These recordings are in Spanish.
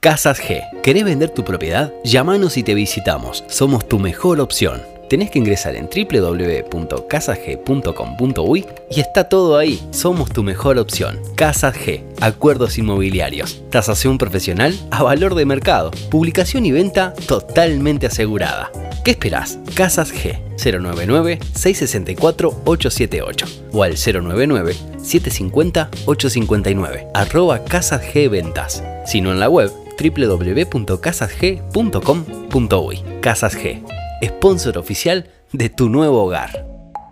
Casas G. ¿Querés vender tu propiedad? Llámanos y te visitamos. Somos tu mejor opción. Tenés que ingresar en www.casasg.com.uy y está todo ahí. Somos tu mejor opción. Casas G. Acuerdos inmobiliarios. Tasación profesional a valor de mercado. Publicación y venta totalmente asegurada. ¿Qué esperás? Casas G. 099-664-878 o al 099-750-859 @Casas G Ventas. Sino en la web www.casasg.com.uy. Casas G, sponsor oficial de tu nuevo hogar.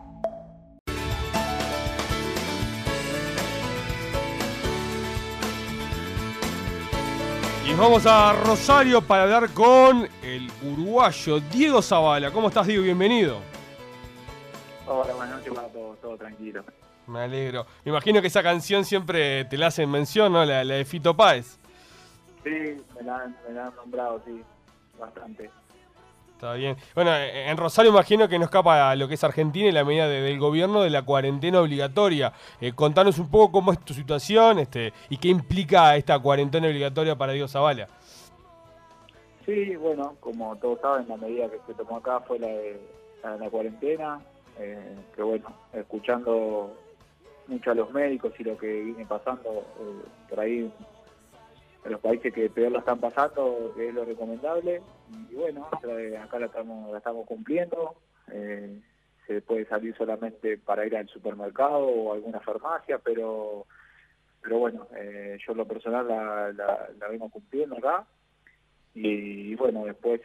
Y vamos a Rosario para hablar con el uruguayo Diego Zavala. ¿Cómo estás, Diego? Bienvenido. Hola, buenas noches para todos, todo tranquilo. Me alegro. Me imagino que esa canción siempre te la hacen mención, ¿no? La de Fito Páez. Sí, me la han nombrado, sí, bastante. Está bien. Bueno, en Rosario imagino que no escapa a lo que es Argentina y la medida del gobierno de la cuarentena obligatoria. Contanos un poco cómo es tu situación y qué implica esta cuarentena obligatoria para Diego Zavala. Sí, bueno, como todos saben, la medida que se tomó acá fue la de la cuarentena, que bueno, escuchando mucho a los médicos y lo que viene pasando por ahí en los países que peor la están pasando, que es lo recomendable, y bueno, acá la estamos cumpliendo. Se puede salir solamente para ir al supermercado o a alguna farmacia, pero bueno, yo en lo personal la vengo cumpliendo acá, y bueno, después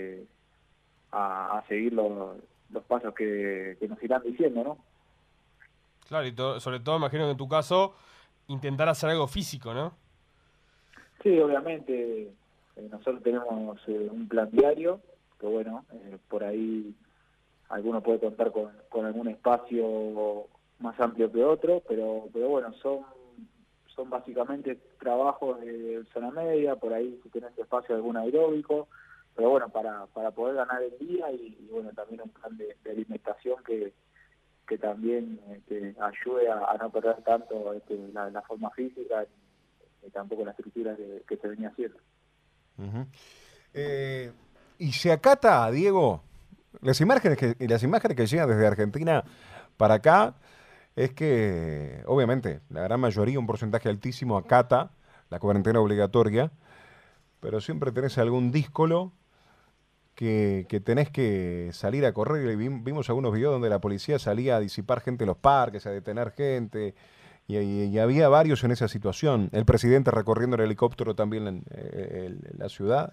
a seguir los pasos que nos irán diciendo, ¿no? Claro, y sobre todo imagino que en tu caso intentar hacer algo físico, ¿no? Sí, obviamente, nosotros tenemos un plan diario, que bueno, por ahí alguno puede contar con algún espacio más amplio que otro, pero bueno, son básicamente trabajos de zona media, por ahí si tenés espacio algún aeróbico, pero bueno, para poder ganar el día y bueno, también un plan de alimentación que también ayude a no perder tanto la forma física y tampoco la estructura que se venía haciendo. Uh-huh. ¿Y se acata, Diego? Las imágenes que llegan desde Argentina para acá es que, obviamente, la gran mayoría, un porcentaje altísimo, acata la cuarentena obligatoria, pero siempre tenés algún díscolo que tenés que salir a correr. Y vimos algunos videos donde la policía salía a disipar gente en los parques, a detener gente, y había varios en esa situación. El presidente recorriendo en helicóptero también en la ciudad.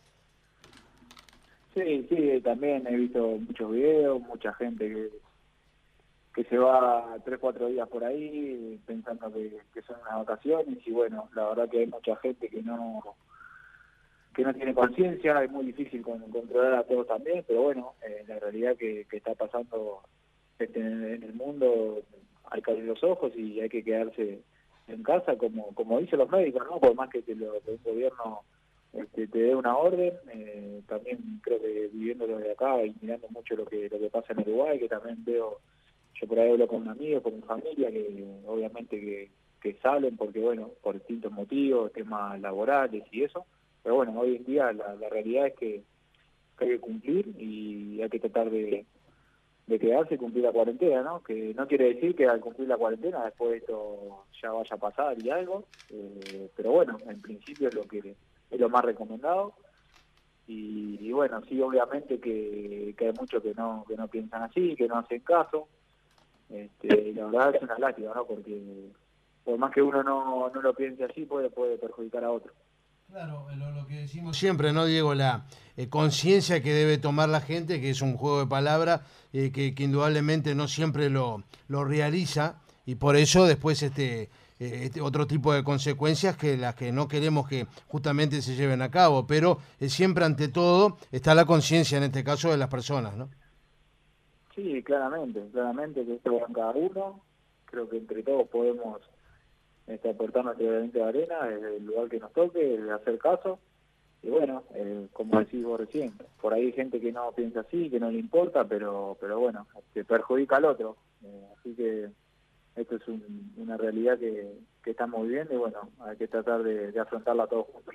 Sí, también he visto muchos videos, mucha gente que se va 3-4 días por ahí pensando que son unas vacaciones, y bueno, la verdad que hay mucha gente que no tiene conciencia. Es muy difícil controlar a todos también, pero bueno, la realidad que está pasando en el mundo, hay que abrir los ojos y hay que quedarse en casa, como dicen los médicos, ¿no? Por más que un gobierno te dé una orden, también creo que viviendo desde acá y mirando mucho lo que pasa en Uruguay, que también veo, yo por ahí hablo con amigos, con mi familia, que obviamente que salen porque, bueno, por distintos motivos, temas laborales y eso, pero bueno, hoy en día la realidad es que hay que cumplir y hay que tratar de quedarse y cumplir la cuarentena, ¿no? Que no quiere decir que al cumplir la cuarentena después esto ya vaya a pasar y algo, pero bueno, en principio es lo más recomendado. Y bueno, sí, obviamente que hay muchos que no piensan así, que no hacen caso. Y la verdad es una lástima, ¿no? Porque por más que uno no lo piense así, puede perjudicar a otro. Claro, lo que decimos siempre, ¿no, Diego? La conciencia que debe tomar la gente, que es un juego de palabras, que indudablemente no siempre lo realiza, y por eso después otro tipo de consecuencias que las que no queremos que justamente se lleven a cabo, pero siempre ante todo está la conciencia, en este caso, de las personas, ¿no? Sí, claramente que esto va en cada uno. Creo que entre todos podemos aportar nuestro granito de arena desde el lugar que nos toque, de hacer caso. Y bueno, como decís vos recién, por ahí hay gente que no piensa así, que no le importa, pero bueno, perjudica al otro. Así que esto es una realidad que estamos viviendo y bueno, hay que tratar de afrontarla todos juntos, ¿no?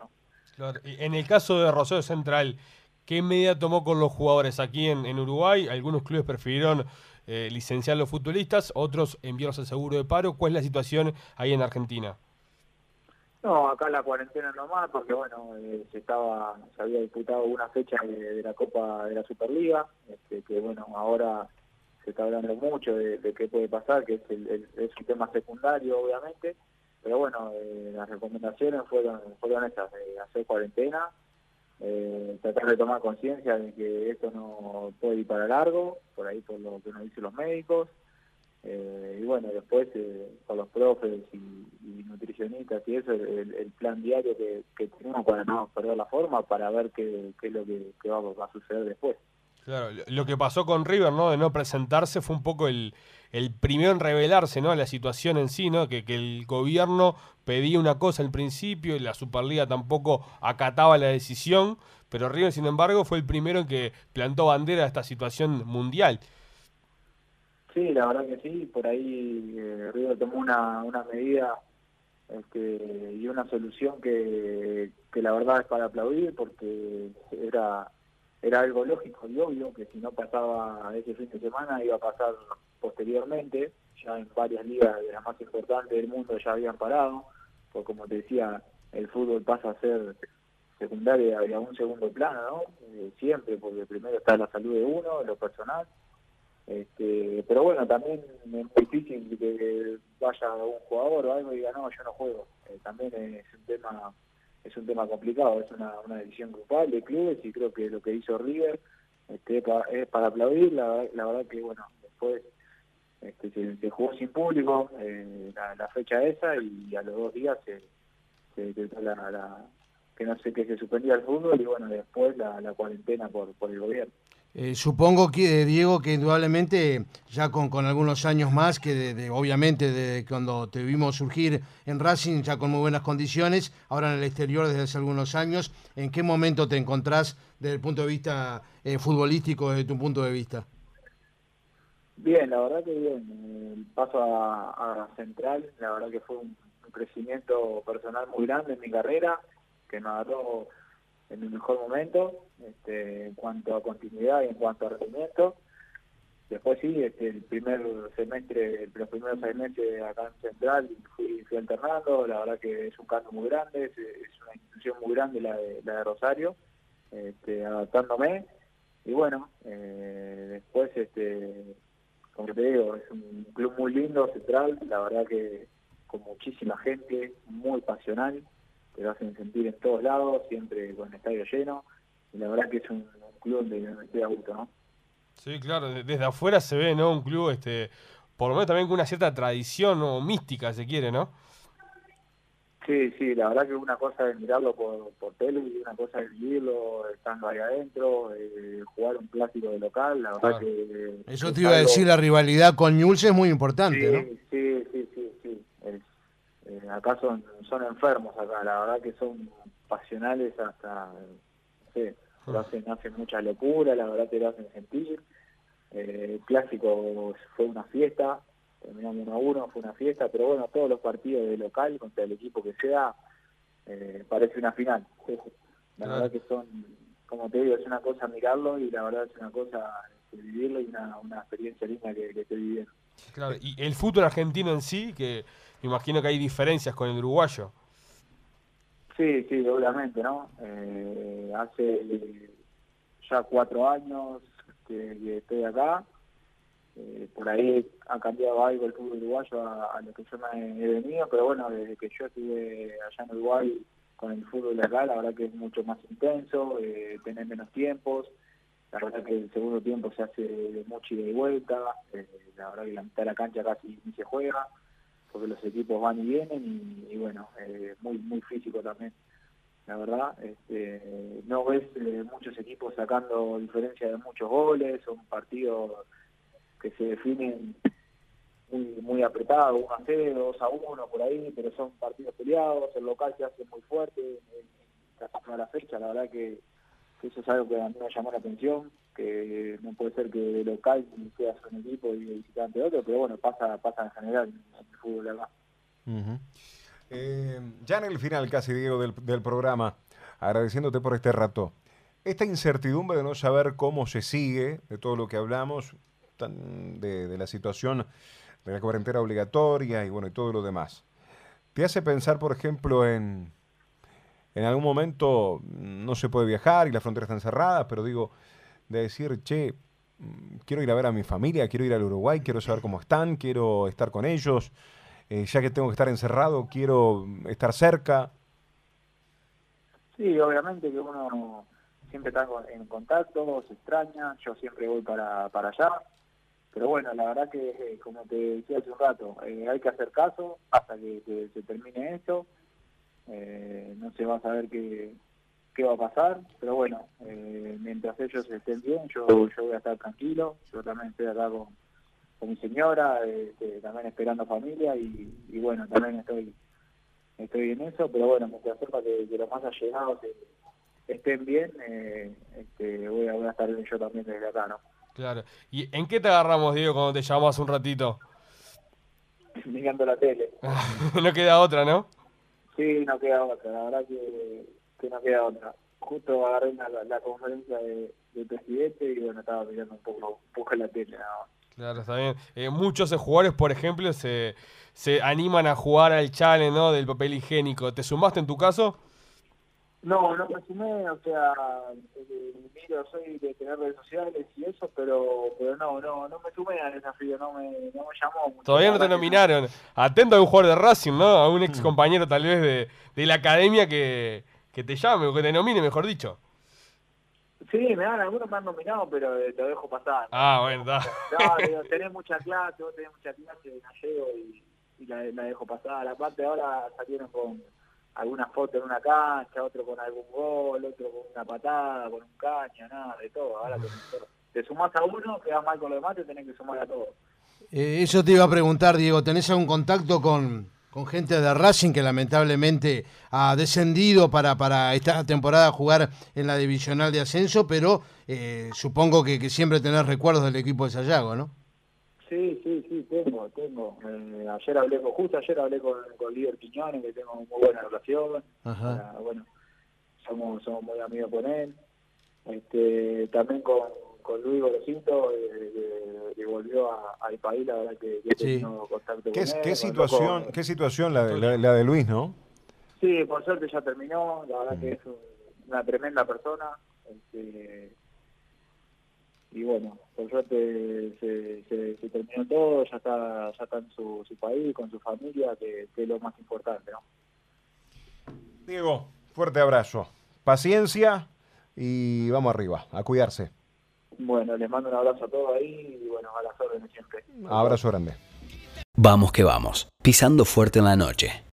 Claro. Y en el caso de Rosario Central, ¿qué medida tomó con los jugadores aquí en Uruguay? Algunos clubes prefirieron licenciar a los futbolistas, otros enviarlos al seguro de paro. ¿Cuál es la situación ahí en Argentina? No, acá la cuarentena nomás, porque bueno, se había disputado una fecha de la Copa de la Superliga, que bueno, ahora se está hablando mucho de qué puede pasar, que es un tema secundario obviamente, pero bueno, las recomendaciones fueron esas, de hacer cuarentena, tratar de tomar conciencia de que esto no puede ir para largo, por ahí por lo que nos dicen los médicos, y bueno, después con los profes y nutricionistas y eso, el plan diario que tenemos para no perder la forma, para ver qué es lo que va a suceder después. Claro, lo que pasó con River, ¿no? De no presentarse fue un poco el primero en revelarse, ¿no? La situación en sí, ¿no? Que el gobierno pedía una cosa al principio y la Superliga tampoco acataba la decisión, pero River, sin embargo, fue el primero en que plantó bandera a esta situación mundial. Sí, la verdad que sí, por ahí River tomó una medida y una solución que la verdad es para aplaudir, porque era algo lógico y obvio que si no pasaba ese fin de semana iba a pasar posteriormente. Ya en varias ligas de las más importantes del mundo ya habían parado, porque como te decía, el fútbol pasa a ser secundario y a un segundo plano, ¿no? Siempre, porque primero está la salud de uno, lo personal. Pero bueno, también es muy difícil que vaya un jugador o algo y diga, no, yo no juego. También es un tema complicado, es una decisión grupal de clubes, y creo que lo que hizo River es para aplaudir. La verdad que bueno, después se jugó sin público la fecha esa, y a los 2 días se decretó que se suspendía el fútbol, y bueno, después la cuarentena por el gobierno. Supongo que, Diego, que indudablemente ya con algunos años más, que obviamente de cuando te vimos surgir en Racing ya con muy buenas condiciones, ahora en el exterior desde hace algunos años, ¿en qué momento te encontrás desde el punto de vista futbolístico, desde tu punto de vista? Bien, la verdad que bien. El paso a Central, la verdad que fue un crecimiento personal muy grande en mi carrera, que me agarró en mi mejor momento, en cuanto a continuidad y en cuanto a rendimiento. Después sí, el primer semestre, los primeros 6 meses acá en Central fui alternando. La verdad que es un cambio muy grande, es una institución muy grande la de Rosario, adaptándome. Y bueno, después, como te digo, es un club muy lindo, Central, la verdad que con muchísima gente, muy pasional, te lo hacen sentir en todos lados, siempre con el estadio lleno, y la verdad que es un club donde me estoy a gusto, ¿no? Sí, claro, desde afuera se ve, ¿no? Un club, por lo menos también con una cierta tradición o mística, se quiere, ¿no? Sí, sí, la verdad que una cosa es mirarlo por tele y una cosa es vivirlo estando ahí adentro, jugar un clásico de local, la verdad Claro. que Eso es te iba a algo... decir, la rivalidad con Newell's es muy importante, ¿no? Sí. Acá son enfermos acá, la verdad que son pasionales hasta, no sé, hacen mucha locura, la verdad te lo hacen sentir. El clásico fue una fiesta, terminamos 1-1, fue una fiesta, pero bueno, todos los partidos de local contra el equipo que sea, parece una final. La Claro. verdad que son, como te digo, es una cosa mirarlo, y la verdad es una cosa vivirlo, y una experiencia linda que estoy viviendo. Claro, y el fútbol argentino en sí, que me imagino que hay diferencias con el uruguayo. Sí, obviamente, ¿no? Hace ya 4 años que estoy acá. Por ahí ha cambiado algo el fútbol uruguayo a lo que yo me he venido, pero bueno, desde que yo estuve allá en Uruguay con el fútbol de acá, la verdad que es mucho más intenso, tener menos tiempos. La verdad que el segundo tiempo se hace de mucha ida y vuelta, la verdad que la mitad de la cancha casi ni se juega, porque los equipos van y vienen, y bueno, muy físico también. La verdad, no ves muchos equipos sacando diferencia de muchos goles, son partidos que se definen muy apretados, 1-0, 2-1 por ahí, pero son partidos peleados, el local se hace muy fuerte en casi toda la fecha. La verdad que eso es algo que a mí me llamó la atención, que no puede ser que el local sea un equipo y el visitante otro, pero bueno, pasa en general en el fútbol acá. Ya en el final casi, Diego, del programa, agradeciéndote por este rato. Esta incertidumbre de no saber cómo se sigue, de todo lo que hablamos, de la situación de la cuarentena obligatoria y bueno, y todo lo demás, ¿te hace pensar, por ejemplo, en algún momento no se puede viajar y las fronteras están cerradas, pero digo, de decir, che, quiero ir a ver a mi familia, quiero ir al Uruguay, quiero saber cómo están, quiero estar con ellos, ya que tengo que estar encerrado, quiero estar cerca? Sí, obviamente que uno siempre está en contacto, se extraña, yo siempre voy para allá, pero bueno, la verdad que, como te decía hace un rato, hay que hacer caso hasta que se termine esto. No se va a saber qué va a pasar, pero bueno, mientras ellos estén bien, yo voy a estar tranquilo. Yo también estoy acá con mi señora, también esperando familia y bueno, también estoy en eso, pero bueno, mientras sepa que los más allegados estén bien, voy a estar yo también desde acá, ¿no? Claro. ¿Y en qué te agarramos, Diego, cuando te llamamos hace un ratito? Mirando la tele. No queda otra, ¿no? Sí, no queda otra, la verdad que no queda otra. Justo agarré la conferencia del presidente y bueno, estaba mirando un poco la tele nada más. Claro, está bien. Muchos jugadores, por ejemplo, se animan a jugar al challenge, ¿no? Del papel higiénico. ¿Te sumaste en tu caso? No me sumé, o sea, miro, soy de tener redes sociales y eso, pero no me sumé al desafío, no me llamó mucho. Todavía no te nominaron. Atento a un jugador de Racing, ¿no? A un ex compañero tal vez de la academia que te llame o que te nomine, mejor dicho. Sí, algunos me han nominado, pero lo dejo pasar. Ah, bueno, está. No, digo, tenés mucha clase, vos tenés mucha clase de gallego y la dejo pasar. Aparte ahora salieron con algunas fotos en una cancha, otro con algún gol, otro con una patada, con un caño, nada, de todo. Ahora te sumás a uno, quedás mal con los demás, te tenés que sumar a todos. Eso te iba a preguntar, Diego, ¿tenés algún contacto con gente de Racing que lamentablemente ha descendido para esta temporada jugar en la divisional de ascenso, pero supongo que siempre tenés recuerdos del equipo de Sayago, ¿no? Sí, tengo. Ayer hablé con Líder Quiñones, que tengo muy buena relación. Ajá. Bueno, somos muy amigos con él. También con Luis Gorosito, que volvió al país, la verdad que he tenido contacto con él. ¿Qué situación la de Luis, no? Sí, por suerte ya terminó, la verdad que es una tremenda persona. Y bueno, por suerte se terminó todo, ya está en su país, con su familia, que es lo más importante, ¿no? Diego, fuerte abrazo, paciencia y vamos arriba, a cuidarse. Bueno, les mando un abrazo a todos ahí y bueno, a las órdenes siempre. Abrazo grande. Vamos que vamos, pisando fuerte en la noche.